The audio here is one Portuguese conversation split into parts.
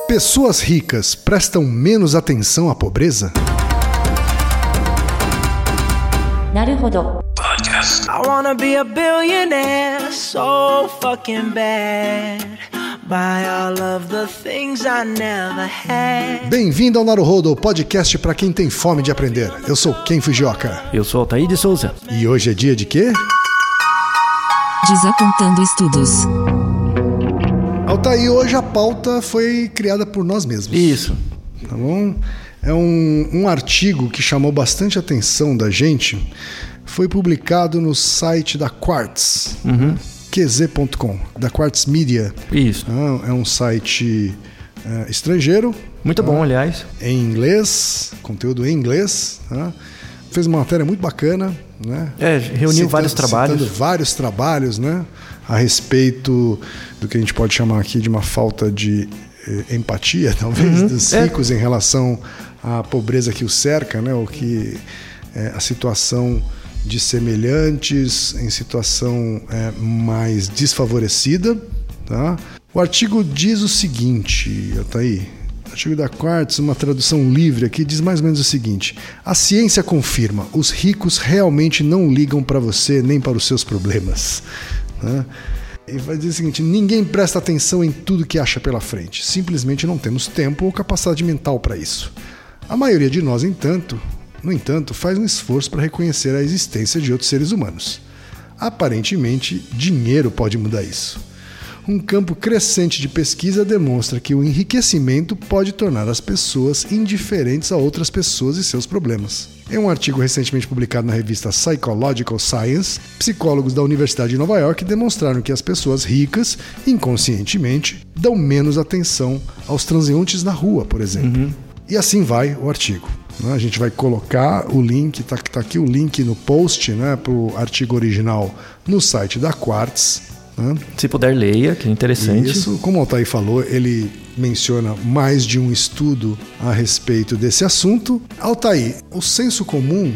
Pessoas ricas prestam menos atenção à pobreza? Naruhodo. I wanna be a billionaire so fucking bad. Buy all of the things I never had. Bem-vindo ao Naruhodo, podcast para quem tem fome de aprender. Eu sou Ken Fujioka. Eu sou Altair de Souza. E hoje é dia de quê? Desapontando estudos. Altair, hoje a pauta foi criada por nós mesmos. Isso. Tá bom? É um artigo que chamou bastante atenção da gente. Foi publicado no site da Quartz, qz.com, da Quartz Media. Isso. É um site estrangeiro. Muito bom, aliás. Em inglês, conteúdo em inglês. Fez uma matéria muito bacana. Né? Reuniu vários trabalhos. Citando vários trabalhos, né? A respeito do que a gente pode chamar aqui de uma falta de empatia, talvez, dos ricos em relação à pobreza que os cerca, né? Ou que a situação de semelhantes em situação mais desfavorecida. Tá? O artigo diz o seguinte, Altair. O artigo da Quartz, uma tradução livre aqui, diz mais ou menos o seguinte: a ciência confirma, os ricos realmente não ligam para você nem para os seus problemas. Né? E vai dizer o seguinte: ninguém presta atenção em tudo que acha pela frente. Simplesmente não temos tempo ou capacidade mental para isso. A maioria de nós, no entanto, faz um esforço para reconhecer a existência de outros seres humanos. Aparentemente, dinheiro pode mudar isso. Um campo crescente de pesquisa demonstra que o enriquecimento pode tornar as pessoas indiferentes a outras pessoas e seus problemas. Em um artigo recentemente publicado na revista Psychological Science, psicólogos da Universidade de Nova York demonstraram que as pessoas ricas, inconscientemente, dão menos atenção aos transeuntes na rua, por exemplo. E assim vai o artigo. A gente vai colocar o link, tá aqui o link no post, né, para o artigo original no site da Quartz. Se puder, leia, que é interessante. Isso, como o Altair falou, ele menciona mais de um estudo a respeito desse assunto. Altair, o senso comum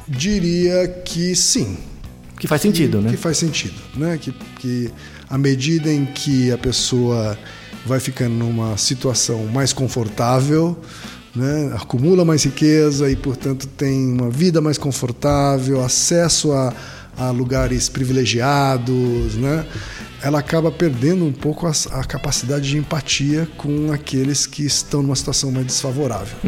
diria que sim. Que faz sentido, né? Que faz sentido, né? Que à medida em que a pessoa vai ficando numa situação mais confortável, né? Acumula mais riqueza e, portanto, tem uma vida mais confortável, acesso a lugares privilegiados, né? Ela acaba perdendo um pouco a capacidade de empatia com aqueles que estão numa situação mais desfavorável.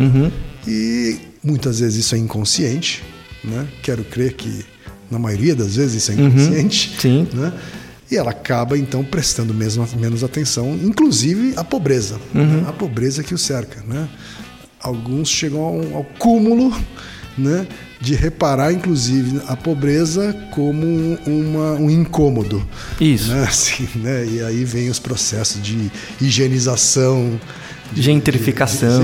E muitas vezes isso é inconsciente, né? Quero crer que na maioria das vezes isso é inconsciente. Sim. Né? E ela acaba então prestando menos atenção, inclusive à pobreza, né? A pobreza que o cerca, né? Alguns chegam ao cúmulo, né, de reparar, inclusive, a pobreza como um incômodo. Isso. Né? Assim, né? E aí vem os processos de higienização, gentrificação.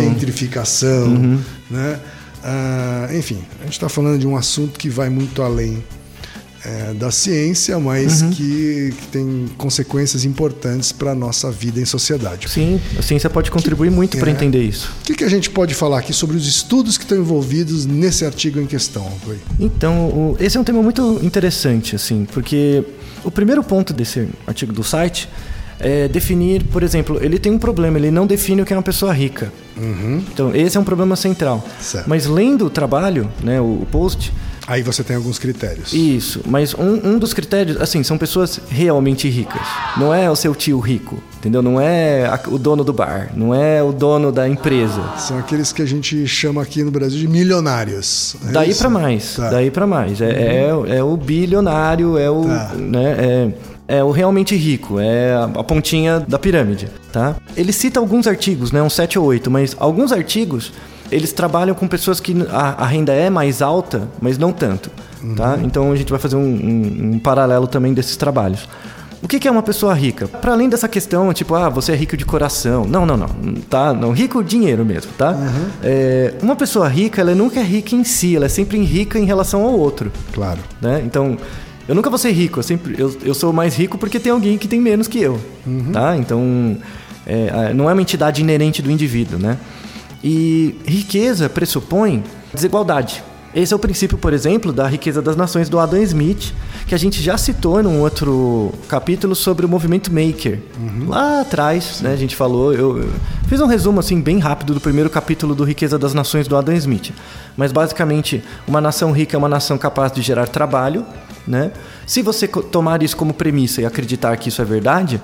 Né? Enfim, a gente está falando de um assunto que vai muito além da ciência, mas que tem consequências importantes para a nossa vida em sociedade. Sim, a ciência pode contribuir muito para entender isso. O que a gente pode falar aqui sobre os estudos que estão envolvidos nesse artigo em questão? Então, esse é um tema muito interessante, assim, porque o primeiro ponto desse artigo do site é definir, por exemplo, ele tem um problema, ele não define o que é uma pessoa rica. Então, esse é um problema central. Certo. Mas lendo o trabalho, né, o post... Aí você tem alguns critérios. Isso, mas um dos critérios, assim, são pessoas realmente ricas. Não é o seu tio rico, entendeu? Não é o dono do bar, não é o dono da empresa. São aqueles que a gente chama aqui no Brasil de milionários. Daí para mais, tá. Daí para mais. É o bilionário, é o... Tá. Né, é o realmente rico, é a pontinha da pirâmide, tá? Ele cita alguns artigos, né, uns 7 ou 8, mas alguns artigos... Eles trabalham com pessoas que a renda é mais alta, mas não tanto. Tá? Então a gente vai fazer um paralelo também desses trabalhos. O que é uma pessoa rica? Para além dessa questão, tipo, você é rico de coração. Não. Tá? Não, rico dinheiro mesmo. Tá? Uma pessoa rica, ela nunca é rica em si, ela é sempre rica em relação ao outro. Claro. Né? Então, eu nunca vou ser rico. Eu sou mais rico porque tem alguém que tem menos que eu. Tá? Então, não é uma entidade inerente do indivíduo, né? E riqueza pressupõe desigualdade. Esse é o princípio, por exemplo, da riqueza das nações do Adam Smith, que a gente já citou num outro capítulo sobre o movimento maker. Lá atrás, né, a gente falou, eu fiz um resumo assim bem rápido do primeiro capítulo do Riqueza das Nações do Adam Smith. Mas basicamente, uma nação rica é uma nação capaz de gerar trabalho, né? Se você tomar isso como premissa e acreditar que isso é verdade,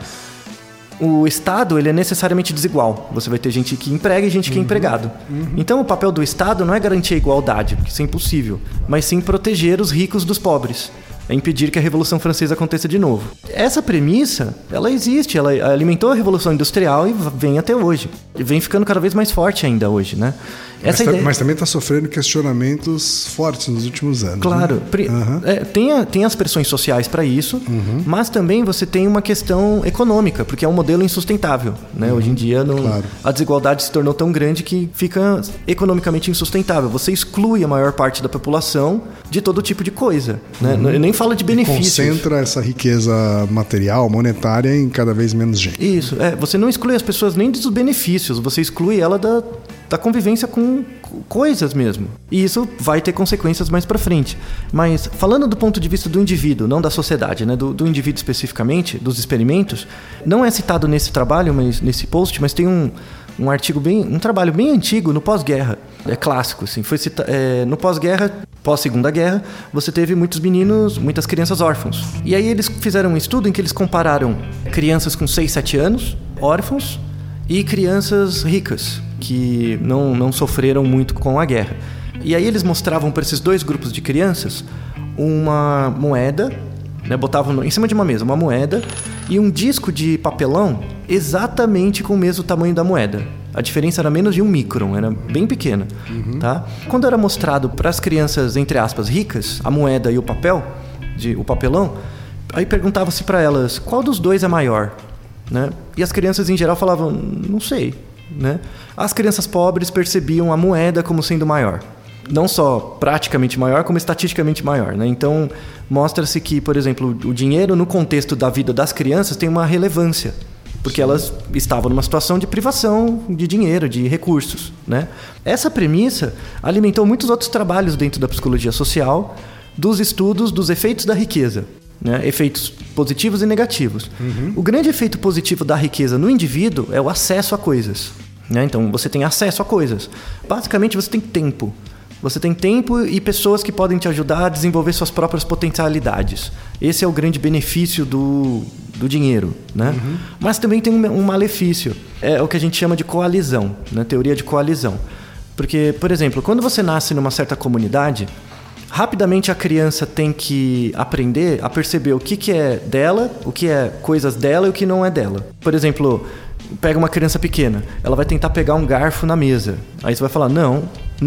o Estado ele é necessariamente desigual. Você vai ter gente que emprega e gente que é empregado. Então, o papel do Estado não é garantir a igualdade, porque isso é impossível, mas sim proteger os ricos dos pobres. É impedir que a Revolução Francesa aconteça de novo. Essa premissa, ela existe, ela alimentou a Revolução Industrial e vem até hoje. E vem ficando cada vez mais forte ainda hoje, né? Mas também está sofrendo questionamentos fortes nos últimos anos. Claro. Né? Tem as pressões sociais para isso, mas também você tem uma questão econômica, porque é um modelo insustentável. Né? Hoje em dia, a desigualdade se tornou tão grande que fica economicamente insustentável. Você exclui a maior parte da população de todo tipo de coisa. Né? Eu nem falo de benefícios. Concentra essa riqueza material, monetária em cada vez menos gente. Isso. Você não exclui as pessoas nem dos benefícios, você exclui ela da convivência com coisas mesmo. E isso vai ter consequências mais pra frente. Mas falando do ponto de vista do indivíduo, não da sociedade, né? Do indivíduo especificamente, dos experimentos, não é citado nesse trabalho, nesse post, mas tem um artigo um trabalho bem antigo no pós-guerra. É clássico, assim. Foi no pós-guerra, pós-segunda guerra, você teve muitas crianças órfãos. E aí eles fizeram um estudo em que eles compararam crianças com 6, 7 anos, órfãos, e crianças ricas, que não sofreram muito com a guerra. E aí eles mostravam para esses dois grupos de crianças uma moeda, né, botavam em cima de uma mesa uma moeda e um disco de papelão exatamente com o mesmo tamanho da moeda. A diferença era menos de 1 micron, era bem pequena. Tá? Quando era mostrado para as crianças, entre aspas, ricas, a moeda e o papelão, aí perguntava-se para elas, qual dos dois é maior? Né? E as crianças em geral falavam, não sei. Né? As crianças pobres percebiam a moeda como sendo maior. Não só praticamente maior, como estatisticamente maior. Né? Então, mostra-se que, por exemplo, o dinheiro no contexto da vida das crianças tem uma relevância. Porque elas estavam numa situação de privação de dinheiro, de recursos. Né? Essa premissa alimentou muitos outros trabalhos dentro da psicologia social, dos estudos dos efeitos da riqueza. Né? Efeitos positivos e negativos. O grande efeito positivo da riqueza no indivíduo é o acesso a coisas. Né? Então, você tem acesso a coisas. Basicamente, você tem tempo. Você tem tempo e pessoas que podem te ajudar a desenvolver suas próprias potencialidades. Esse é o grande benefício do dinheiro. Né? Mas também tem um malefício. É o que a gente chama de coalizão, né? Teoria de coalizão. Porque, por exemplo, quando você nasce numa certa comunidade, rapidamente a criança tem que aprender a perceber o que é dela, o que é coisas dela e o que não é dela. Por exemplo, pega uma criança pequena, ela vai tentar pegar um garfo na mesa. Aí você vai falar, não,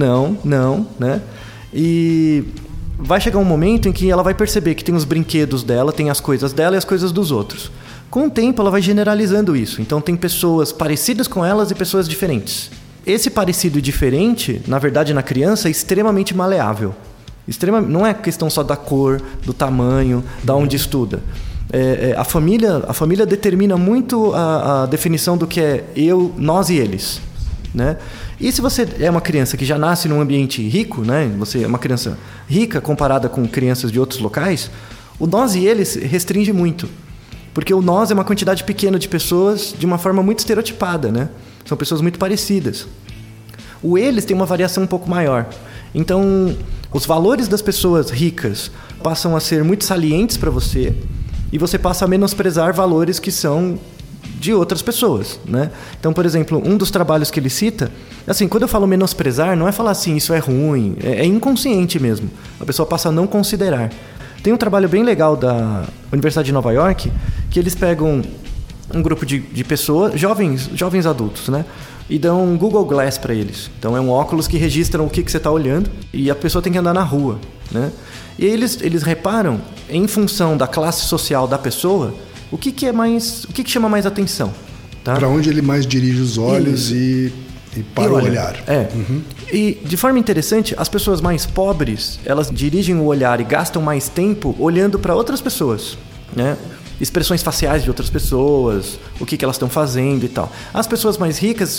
né? E vai chegar um momento em que ela vai perceber que tem os brinquedos dela, tem as coisas dela e as coisas dos outros. Com o tempo, ela vai generalizando isso. Então, tem pessoas parecidas com elas e pessoas diferentes. Esse parecido e diferente, na verdade, na criança, é extremamente maleável. Não é questão só da cor, do tamanho, da onde estuda. A família determina muito a definição do que é eu, nós e eles. Né? E se você é uma criança que já nasce num ambiente rico, né? Você é uma criança rica comparada com crianças de outros locais, o nós e eles restringe muito. Porque o nós é uma quantidade pequena de pessoas de uma forma muito estereotipada. Né? São pessoas muito parecidas. O eles tem uma variação um pouco maior. Então, os valores das pessoas ricas passam a ser muito salientes para você e você passa a menosprezar valores que são de outras pessoas, né? Então, por exemplo, um dos trabalhos que ele cita, assim, quando eu falo menosprezar, não é falar assim, isso é ruim, é inconsciente mesmo. A pessoa passa a não considerar. Tem um trabalho bem legal da Universidade de Nova York, que eles pegam um grupo de pessoas, jovens adultos, né? E dão um Google Glass para eles. Então é um óculos que registra o que você está olhando e a pessoa tem que andar na rua, né? E eles reparam, em função da classe social da pessoa, o que chama mais atenção. Tá? Para onde ele mais dirige os olhos e para o olhar. E de forma interessante, as pessoas mais pobres, elas dirigem o olhar e gastam mais tempo olhando para outras pessoas, né? Expressões faciais de outras pessoas, o que elas estão fazendo e tal. As pessoas mais ricas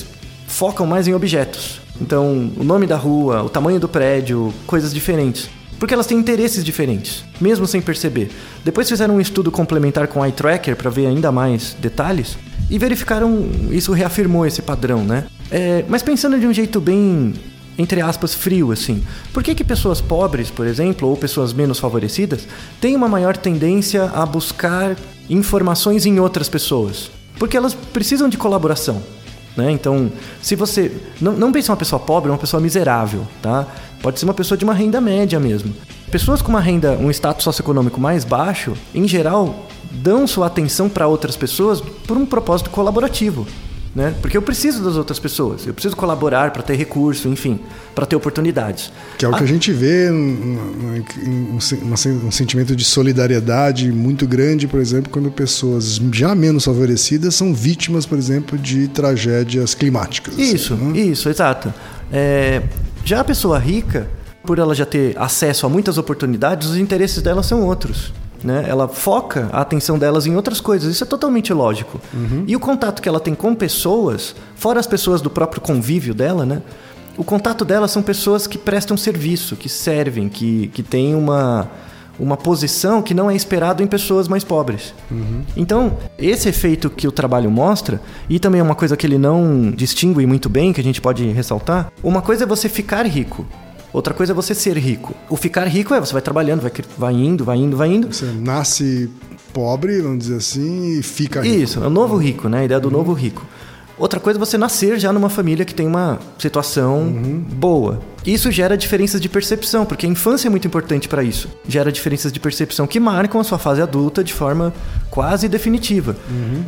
focam mais em objetos. Então, o nome da rua, o tamanho do prédio, coisas diferentes. Porque elas têm interesses diferentes, mesmo sem perceber. Depois fizeram um estudo complementar com o Eye Tracker para ver ainda mais detalhes e verificaram, isso reafirmou esse padrão, né? Mas pensando de um jeito bem, entre aspas, frio, assim. Por que pessoas pobres, por exemplo, ou pessoas menos favorecidas, têm uma maior tendência a buscar informações em outras pessoas? Porque elas precisam de colaboração, né? Então, se você... Não pense uma pessoa pobre, uma pessoa miserável, tá? Pode ser uma pessoa de uma renda média mesmo. Pessoas com um status socioeconômico mais baixo, em geral, dão sua atenção para outras pessoas por um propósito colaborativo, né? Porque eu preciso das outras pessoas, eu preciso colaborar para ter recurso, enfim, para ter oportunidades. Que é o que a gente vê, um sentimento de solidariedade muito grande, por exemplo, quando pessoas já menos favorecidas são vítimas, por exemplo, de tragédias climáticas. Isso, assim, né? Isso, exato. Já a pessoa rica, por ela já ter acesso a muitas oportunidades, os interesses dela são outros, né? Ela foca a atenção delas em outras coisas. Isso é totalmente lógico. E o contato que ela tem com pessoas, fora as pessoas do próprio convívio dela, né? O contato dela são pessoas que prestam serviço, que servem, que têm uma posição que não é esperado em pessoas mais pobres. Então, esse efeito que o trabalho mostra, e também é uma coisa que ele não distingue muito bem, que a gente pode ressaltar, uma coisa é você ficar rico, outra coisa é você ser rico. O ficar rico você vai trabalhando, vai indo. Você nasce pobre, vamos dizer assim, e fica rico. Isso, é o novo rico, né? A ideia do novo rico. Outra coisa é você nascer já numa família que tem uma situação boa. Isso gera diferenças de percepção, porque a infância é muito importante para isso. Gera diferenças de percepção que marcam a sua fase adulta de forma quase definitiva.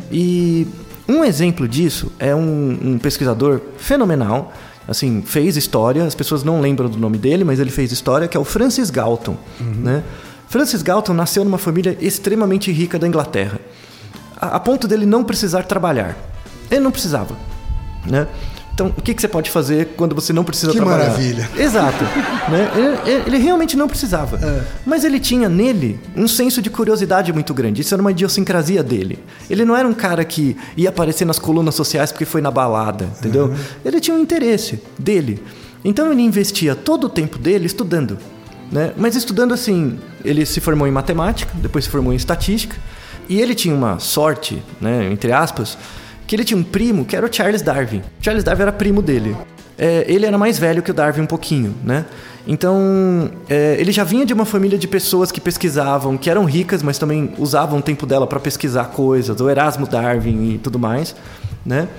E um exemplo disso é um pesquisador fenomenal, assim, fez história, as pessoas não lembram do nome dele, mas ele fez história, que é o Francis Galton, né? Francis Galton nasceu numa família extremamente rica da Inglaterra, a ponto dele não precisar trabalhar. Ele não precisava, né? Então, o que você pode fazer quando você não precisa trabalhar? Que maravilha! Exato. Né? Ele realmente não precisava. Mas ele tinha nele um senso de curiosidade muito grande. Isso era uma idiosincrasia dele. Ele não era um cara que ia aparecer nas colunas sociais porque foi na balada, entendeu? Ele tinha um interesse dele. Então, ele investia todo o tempo dele estudando, né? Mas estudando assim, ele se formou em matemática, depois se formou em estatística, e ele tinha uma sorte, né, entre aspas, que ele tinha um primo que era o Charles Darwin. Charles Darwin era primo dele. Ele era mais velho que o Darwin um pouquinho, né? Então, ele já vinha de uma família de pessoas que pesquisavam, que eram ricas, mas também usavam o tempo dela para pesquisar coisas, o Erasmo Darwin e tudo mais, né?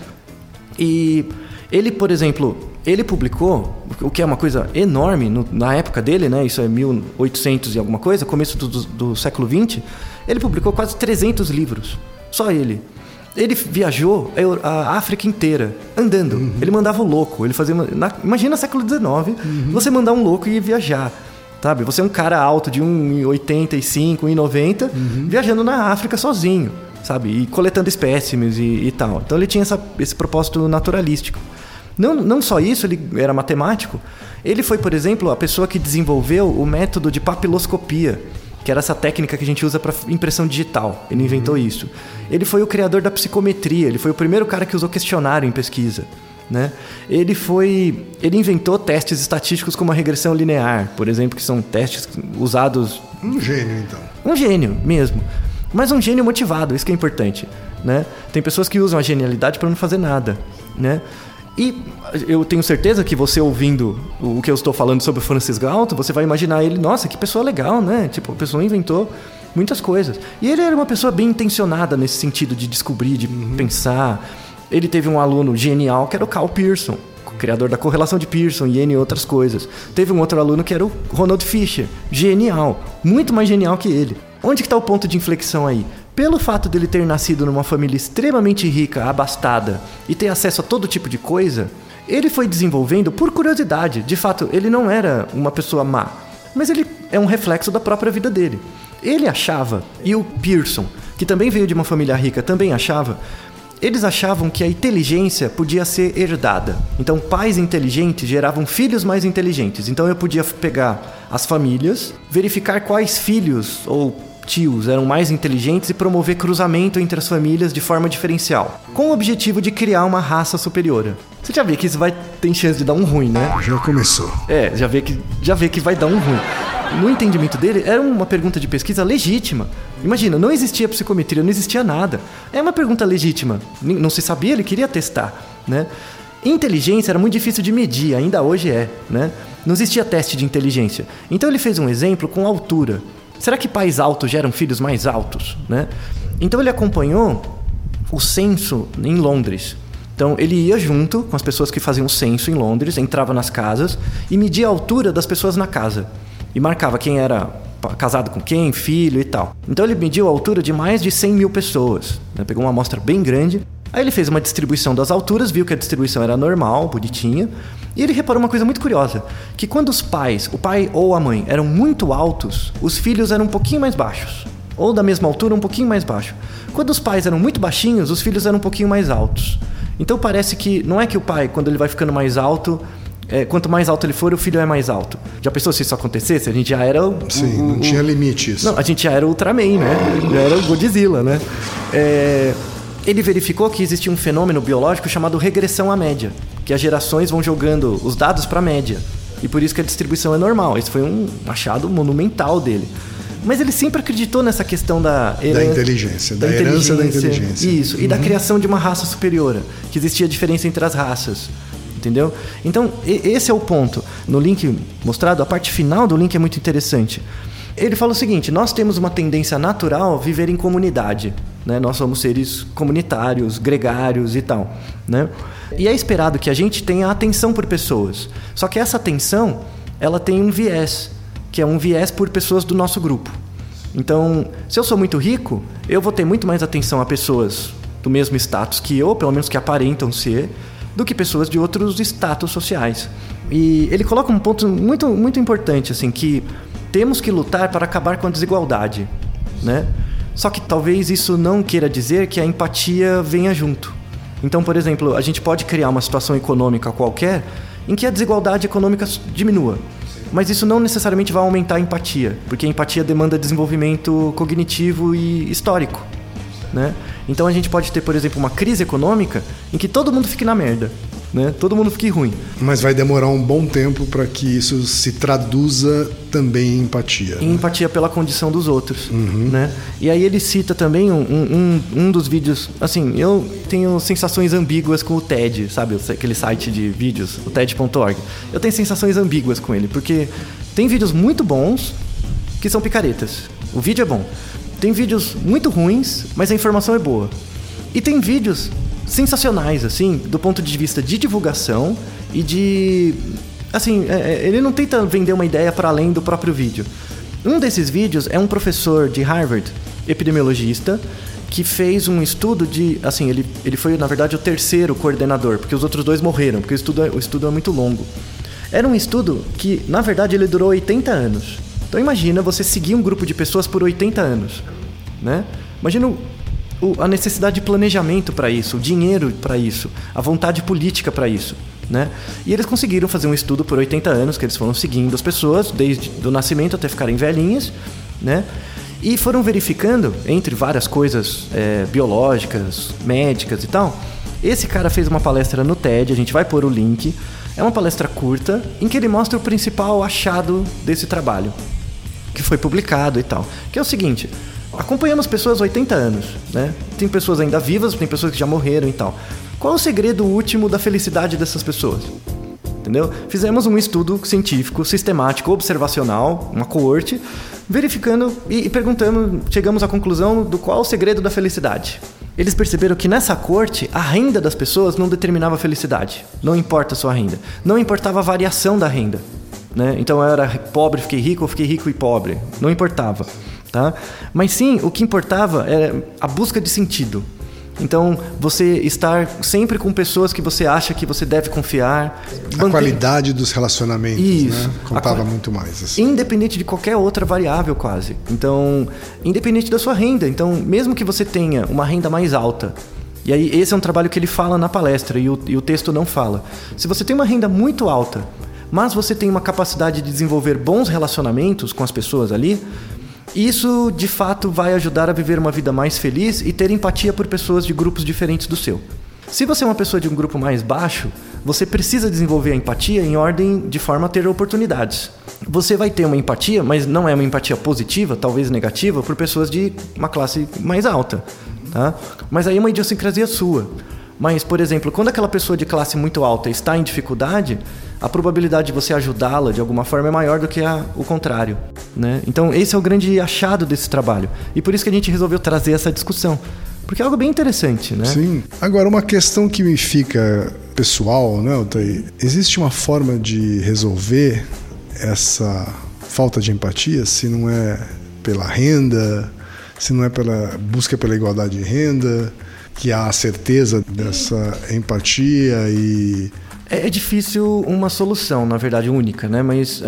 E ele, por exemplo, ele publicou, o que é uma coisa enorme na época dele, né? Isso é 1800 e alguma coisa, começo do século XX. Ele publicou quase 300 livros, só ele. Ele viajou a África inteira, andando. Ele mandava o louco. Ele fazia imagina século XIX, você mandar um louco e ir viajar, sabe? Você é um cara alto de 1,85, 1,90, viajando na África sozinho, sabe? E coletando espécimes e tal. Então ele tinha esse propósito naturalístico. Não só isso, ele era matemático. Ele foi, por exemplo, a pessoa que desenvolveu o método de papiloscopia, que era essa técnica que a gente usa para impressão digital. Ele inventou isso. Ele foi o criador da psicometria, ele foi o primeiro cara que usou questionário em pesquisa, né? Ele inventou testes estatísticos como a regressão linear, por exemplo, que são testes usados... Um gênio, então. Um gênio mesmo. Mas um gênio motivado, isso que é importante, né? Tem pessoas que usam a genialidade para não fazer nada, né? E eu tenho certeza que você ouvindo o que eu estou falando sobre o Francis Galton, você vai imaginar ele, nossa, que pessoa legal, né? Tipo, a pessoa inventou muitas coisas. E ele era uma pessoa bem intencionada nesse sentido de descobrir, de pensar. Ele teve um aluno genial que era o Karl Pearson, o criador da correlação de Pearson e N outras coisas. Teve um outro aluno que era o Ronald Fisher, genial, muito mais genial que ele. Onde que está o ponto de inflexão aí? Pelo fato dele ter nascido numa família extremamente rica, abastada, e ter acesso a todo tipo de coisa, ele foi desenvolvendo por curiosidade. De fato, ele não era uma pessoa má, mas ele é um reflexo da própria vida dele. Ele achava, e o Pearson, que também veio de uma família rica, também achava, eles achavam que a inteligência podia ser herdada. Então, pais inteligentes geravam filhos mais inteligentes. Então, eu podia pegar as famílias, verificar quais filhos ou tios eram mais inteligentes e promover cruzamento entre as famílias de forma diferencial, com o objetivo de criar uma raça superior. Você já vê que isso tem chance de dar um ruim, né? Já começou. Já vê que vai dar um ruim. No entendimento dele, era uma pergunta de pesquisa legítima. Imagina, não existia psicometria, não existia nada. É uma pergunta legítima. Não se sabia, ele queria testar, né? Inteligência era muito difícil de medir, ainda hoje é, né? Não existia teste de inteligência. Então ele fez um exemplo com altura. Será que pais altos geram filhos mais altos, né? Então ele acompanhou o censo em Londres. Então ele ia junto com as pessoas que faziam o censo em Londres, entrava nas casas e media a altura das pessoas na casa. E marcava quem era casado com quem, filho e tal. Então ele mediu a altura de mais de 100 mil pessoas, né? Pegou uma amostra bem grande. Aí ele fez uma distribuição das alturas, viu que a distribuição era normal, bonitinha. E ele reparou uma coisa muito curiosa, que quando os pais, o pai ou a mãe, eram muito altos, os filhos eram um pouquinho mais baixos. Ou da mesma altura, um pouquinho mais baixo. Quando os pais eram muito baixinhos, os filhos eram um pouquinho mais altos. Então parece que não é que o pai, quando ele vai ficando mais alto... quanto mais alto ele for, o filho é mais alto. Já pensou se isso acontecesse? A gente já era... não tinha limite isso. Não, a gente já era o Ultraman, né? Já era o Godzilla, né? Ele verificou que existia um fenômeno biológico chamado regressão à média, que as gerações vão jogando os dados para a média. E por isso que a distribuição é normal. Esse foi um achado monumental dele. Mas ele sempre acreditou nessa questão da inteligência, da herança da inteligência. Isso, e da criação de uma raça superior, que existia diferença entre as raças. Entendeu? Então, esse é o ponto. No link mostrado, a parte final do link é muito interessante. Ele fala o seguinte: nós temos uma tendência natural a viver em comunidade, né? Nós somos seres comunitários, gregários e tal, né? E é esperado que a gente tenha atenção por pessoas. Só que essa atenção, ela tem um viés, que é um viés por pessoas do nosso grupo. Então, se eu sou muito rico, eu vou ter muito mais atenção a pessoas do mesmo status que eu, pelo menos que aparentam ser, do que pessoas de outros status sociais. E ele coloca um ponto muito, muito importante, assim, que temos que lutar para acabar com a desigualdade, né? Só que talvez isso não queira dizer que a empatia venha junto. Então, por exemplo, a gente pode criar uma situação econômica qualquer em que a desigualdade econômica diminua. Mas isso não necessariamente vai aumentar a empatia, porque a empatia demanda desenvolvimento cognitivo e histórico, né? Então a gente pode ter, por exemplo, uma crise econômica em que todo mundo fique na merda, né? Todo mundo fique ruim. Mas vai demorar um bom tempo para que isso se traduza também em empatia. Em empatia pela condição dos outros, né? E aí ele cita também um dos vídeos... Assim, eu tenho sensações ambíguas com o TED, sabe? Aquele site de vídeos, o TED.org. Eu tenho sensações ambíguas com ele, porque tem vídeos muito bons que são picaretas. O vídeo é bom. Tem vídeos muito ruins, mas a informação é boa. E tem vídeos sensacionais, assim, do ponto de vista de divulgação e de... Assim, ele não tenta vender uma ideia para além do próprio vídeo. Um desses vídeos é um professor de Harvard, epidemiologista, que fez um estudo de... Assim, ele foi, na verdade, o terceiro coordenador, porque os outros dois morreram, porque o estudo é muito longo. Era um estudo que, na verdade, ele durou 80 anos. Então imagina você seguir um grupo de pessoas por 80 anos, né? Imagina a necessidade de planejamento para isso, o dinheiro para isso, a vontade política para isso, né? E eles conseguiram fazer um estudo por 80 anos, que eles foram seguindo as pessoas, desde o nascimento até ficarem velhinhas, né? E foram verificando, entre várias coisas biológicas, médicas e tal. Esse cara fez uma palestra no TED, a gente vai pôr o link. É uma palestra curta, em que ele mostra o principal achado desse trabalho, que foi publicado e tal. Que é o seguinte: acompanhamos pessoas há 80 anos, né? Tem pessoas ainda vivas, tem pessoas que já morreram e tal. Qual é o segredo último da felicidade dessas pessoas? Entendeu? Fizemos um estudo científico, sistemático, observacional, uma coorte, verificando e perguntando, chegamos à conclusão do qual é o segredo da felicidade. Eles perceberam que nessa corte, a renda das pessoas não determinava a felicidade. Não importa a sua renda. Não importava a variação da renda, né? Então eu era pobre, fiquei rico, ou fiquei rico e pobre. Não importava, tá? Mas sim, o que importava era a busca de sentido. Então, você estar sempre com pessoas que você acha que você deve confiar. A qualidade dos relacionamentos, isso, né? Contava muito mais. Assim. Independente de qualquer outra variável, quase. Então, independente da sua renda. Então, mesmo que você tenha uma renda mais alta, e aí esse é um trabalho que ele fala na palestra e o texto não fala. Se você tem uma renda muito alta, mas você tem uma capacidade de desenvolver bons relacionamentos com as pessoas ali, Isso, de fato, vai ajudar a viver uma vida mais feliz e ter empatia por pessoas de grupos diferentes do seu. Se você é uma pessoa de um grupo mais baixo, você precisa desenvolver a empatia em ordem de forma a ter oportunidades. Você vai ter uma empatia, mas não é uma empatia positiva, talvez negativa, por pessoas de uma classe mais alta, tá? Mas aí é uma idiosincrasia sua. Mas, por exemplo, quando aquela pessoa de classe muito alta está em dificuldade, a probabilidade de você ajudá-la de alguma forma é maior do que o contrário, né? Então, esse é o grande achado desse trabalho. E por isso que a gente resolveu trazer essa discussão. Porque é algo bem interessante, né? Sim. Agora, uma questão que me fica pessoal, né, Altair? Existe uma forma de resolver essa falta de empatia, se não é pela renda, se não é pela busca pela igualdade de renda, que há a certeza dessa empatia e... É difícil uma solução, na verdade, única, né? Mas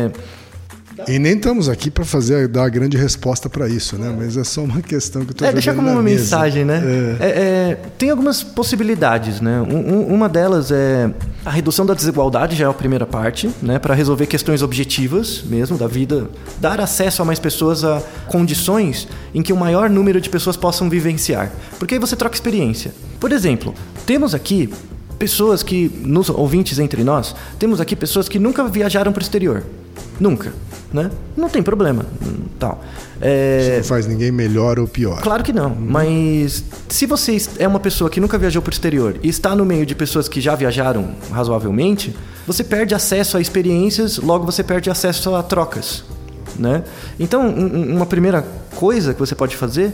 E nem estamos aqui para dar a grande resposta para isso, né? Mas é só uma questão que eu estou jogando deixar como uma mesa. mensagem, né? Tem algumas possibilidades, né? Uma delas é a redução da desigualdade, já é a primeira parte, né? Para resolver questões objetivas mesmo da vida, dar acesso a mais pessoas a condições em que o maior número de pessoas possam vivenciar. Porque aí você troca experiência. Por exemplo, temos aqui pessoas que, nos ouvintes entre nós, temos aqui pessoas que nunca viajaram para o exterior. Nunca, né? Não tem problema. Tal. Isso não faz ninguém melhor ou pior. Claro que não, mas se você é uma pessoa que nunca viajou para o exterior e está no meio de pessoas que já viajaram razoavelmente, você perde acesso a experiências, logo você perde acesso a trocas, né? Então, uma primeira coisa que você pode fazer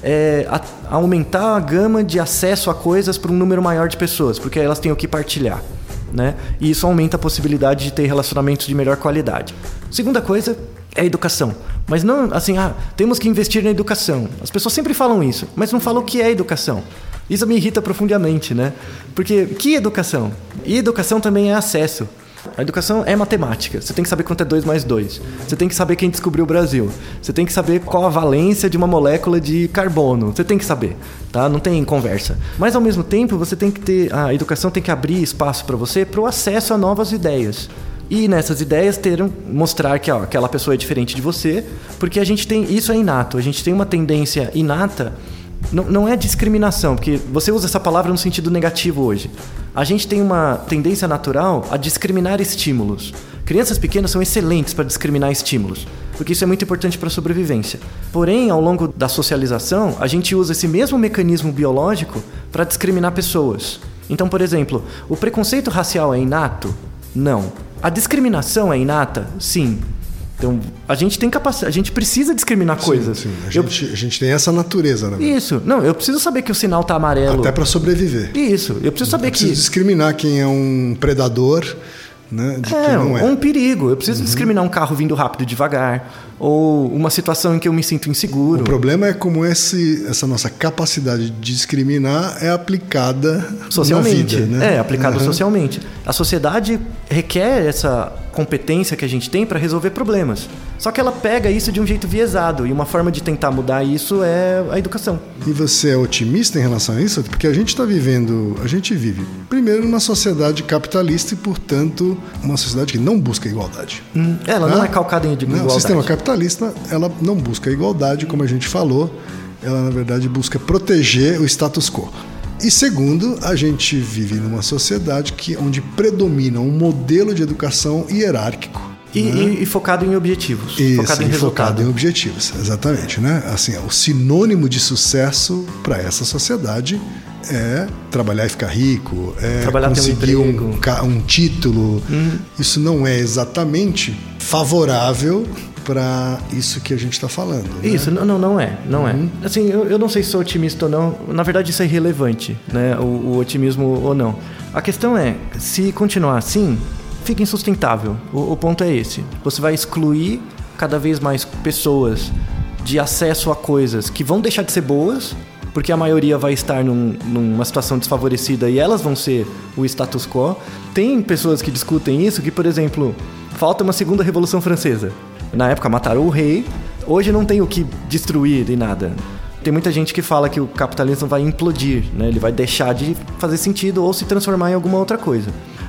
é aumentar a gama de acesso a coisas para um número maior de pessoas, porque aí elas têm o que partilhar, né? E isso aumenta a possibilidade de ter relacionamentos de melhor qualidade. Segunda coisa é a educação. Mas não assim, temos que investir na educação. As pessoas sempre falam isso, mas não falam o que é educação. Isso me irrita profundamente, né? Porque que educação? E educação também é acesso. A educação é matemática. Você tem que saber quanto é 2 mais 2. Você tem que saber quem descobriu o Brasil. Você tem que saber qual a valência de uma molécula de carbono. Você tem que saber, tá? Não tem conversa. Mas, ao mesmo tempo, você tem que ter... A educação tem que abrir espaço para você para o acesso a novas ideias. E nessas ideias mostrar que aquela pessoa é diferente de você, porque a gente tem... Isso é inato. A gente tem uma tendência inata... Não é discriminação, porque você usa essa palavra no sentido negativo hoje. A gente tem uma tendência natural a discriminar estímulos. Crianças pequenas são excelentes para discriminar estímulos, porque isso é muito importante para a sobrevivência. Porém, ao longo da socialização, a gente usa esse mesmo mecanismo biológico para discriminar pessoas. Então, por exemplo, o preconceito racial é inato? Não. A discriminação é inata? Sim. Então, a gente tem capacidade, a gente precisa discriminar coisas. Sim. A gente tem essa natureza, né? Isso. Não, eu preciso saber que o sinal tá amarelo. Até para sobreviver. Isso. Eu preciso saber que... Eu preciso discriminar quem é um predador, né, de quem não é. Ou um perigo. Eu preciso discriminar um carro vindo rápido e devagar. Ou uma situação em que eu me sinto inseguro. O problema é como essa nossa capacidade de discriminar é aplicada socialmente, na vida, né? É, aplicada socialmente. A sociedade requer essa competência que a gente tem para resolver problemas. Só que ela pega isso de um jeito viesado. E uma forma de tentar mudar isso é a educação. E você é otimista em relação a isso? Porque a gente vive, primeiro, numa sociedade capitalista e, portanto, uma sociedade que não busca igualdade. Ela não é calcada em igualdade. O sistema capitalista, ela não busca igualdade, como a gente falou. Ela, na verdade, busca proteger o status quo. E segundo, a gente vive numa sociedade onde predomina um modelo de educação hierárquico. E focado em objetivos. Isso, focado em resultado. Focado em objetivos, exatamente, né? Assim, o sinônimo de sucesso para essa sociedade é trabalhar e ficar rico, conseguir um título. Isso não é exatamente favorável para isso que a gente está falando, né? Isso, não é. Assim, eu não sei se sou otimista ou não. Na verdade, isso é irrelevante, né? O otimismo ou não. A questão é, se continuar assim, fica insustentável. O ponto é esse. Você vai excluir cada vez mais pessoas de acesso a coisas que vão deixar de ser boas, porque a maioria vai estar numa situação desfavorecida e elas vão ser o status quo. Tem pessoas que discutem isso, que, por exemplo, falta uma segunda Revolução Francesa. Na época mataram o rei, hoje não tem o que destruir e nada. Tem muita gente que fala que o capitalismo vai implodir, né? Ele vai deixar de fazer sentido ou se transformar em alguma outra coisa.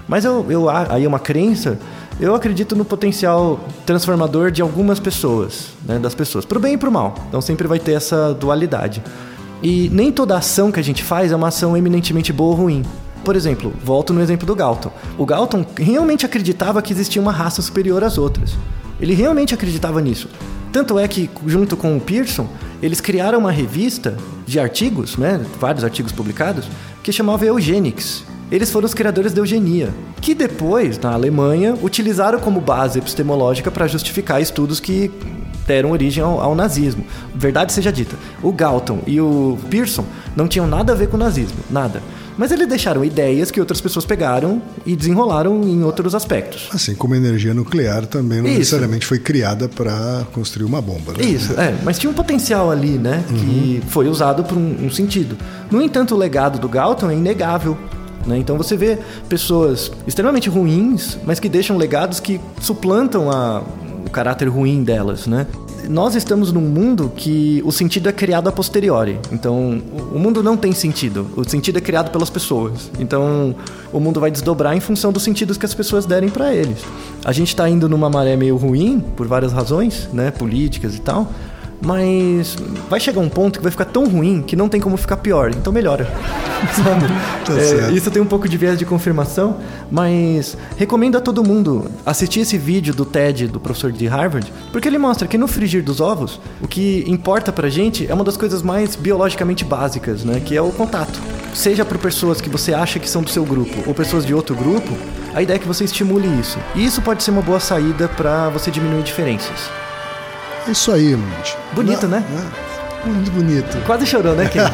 Mas aí é uma crença, eu acredito no potencial transformador de algumas pessoas, né, das pessoas, pro bem e pro mal. Então sempre vai ter essa dualidade. E nem toda ação que a gente faz é uma ação eminentemente boa ou ruim. Por exemplo, volto no exemplo do Galton. O Galton realmente acreditava que existia uma raça superior às outras. Ele realmente acreditava nisso. Tanto é que, junto com o Pearson, eles criaram uma revista de artigos, né, vários artigos publicados, que chamava Eugenics. Eles foram os criadores da eugenia, que depois, na Alemanha, utilizaram como base epistemológica para justificar estudos que deram origem ao nazismo. Verdade seja dita, o Galton e o Pearson não tinham nada a ver com o nazismo, nada. Mas eles deixaram ideias que outras pessoas pegaram e desenrolaram em outros aspectos. Assim como a energia nuclear também não necessariamente foi criada para construir uma bomba. Né? Isso, mas tinha um potencial ali, né, que foi usado por um sentido. No entanto, o legado do Galton é inegável. Né? Então você vê pessoas extremamente ruins, mas que deixam legados que suplantam o caráter ruim delas, né? Nós estamos num mundo que o sentido é criado a posteriori. Então, o mundo não tem sentido. O sentido é criado pelas pessoas. Então, o mundo vai desdobrar em função dos sentidos que as pessoas derem para eles. A gente está indo numa maré meio ruim, por várias razões, né? Políticas e tal. Mas vai chegar um ponto que vai ficar tão ruim que não tem como ficar pior. Então melhora. Sabe? Isso tem um pouco de viés de confirmação, mas recomendo a todo mundo assistir esse vídeo do TED do professor de Harvard, porque ele mostra que no frigir dos ovos, o que importa pra gente é uma das coisas mais biologicamente básicas, né? Que é o contato. Seja por pessoas que você acha que são do seu grupo ou pessoas de outro grupo, a ideia é que você estimule isso. E isso pode ser uma boa saída pra você diminuir diferenças. É isso aí, gente. Bonito, né? Muito bonito. Quase chorou, né, Ken?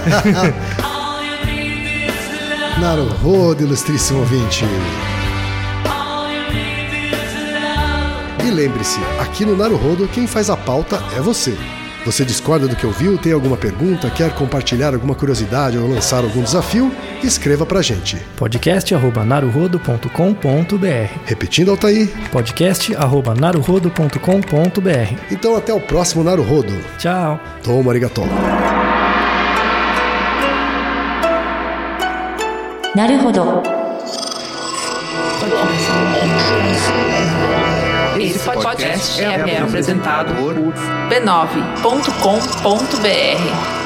Naruhodo, ilustríssimo ouvinte. E lembre-se, aqui no Naruhodo, quem faz a pauta é você. Você discorda do que ouviu, tem alguma pergunta, quer compartilhar alguma curiosidade ou lançar algum desafio? Escreva pra gente. podcast@naruhodo.com.br. Repetindo, Altair. podcast@naruhodo.com.br. Então até o próximo Naruhodo. Tchau. Domo arigatou. なるほど。 Esse podcast é apresentado por b9.com.br.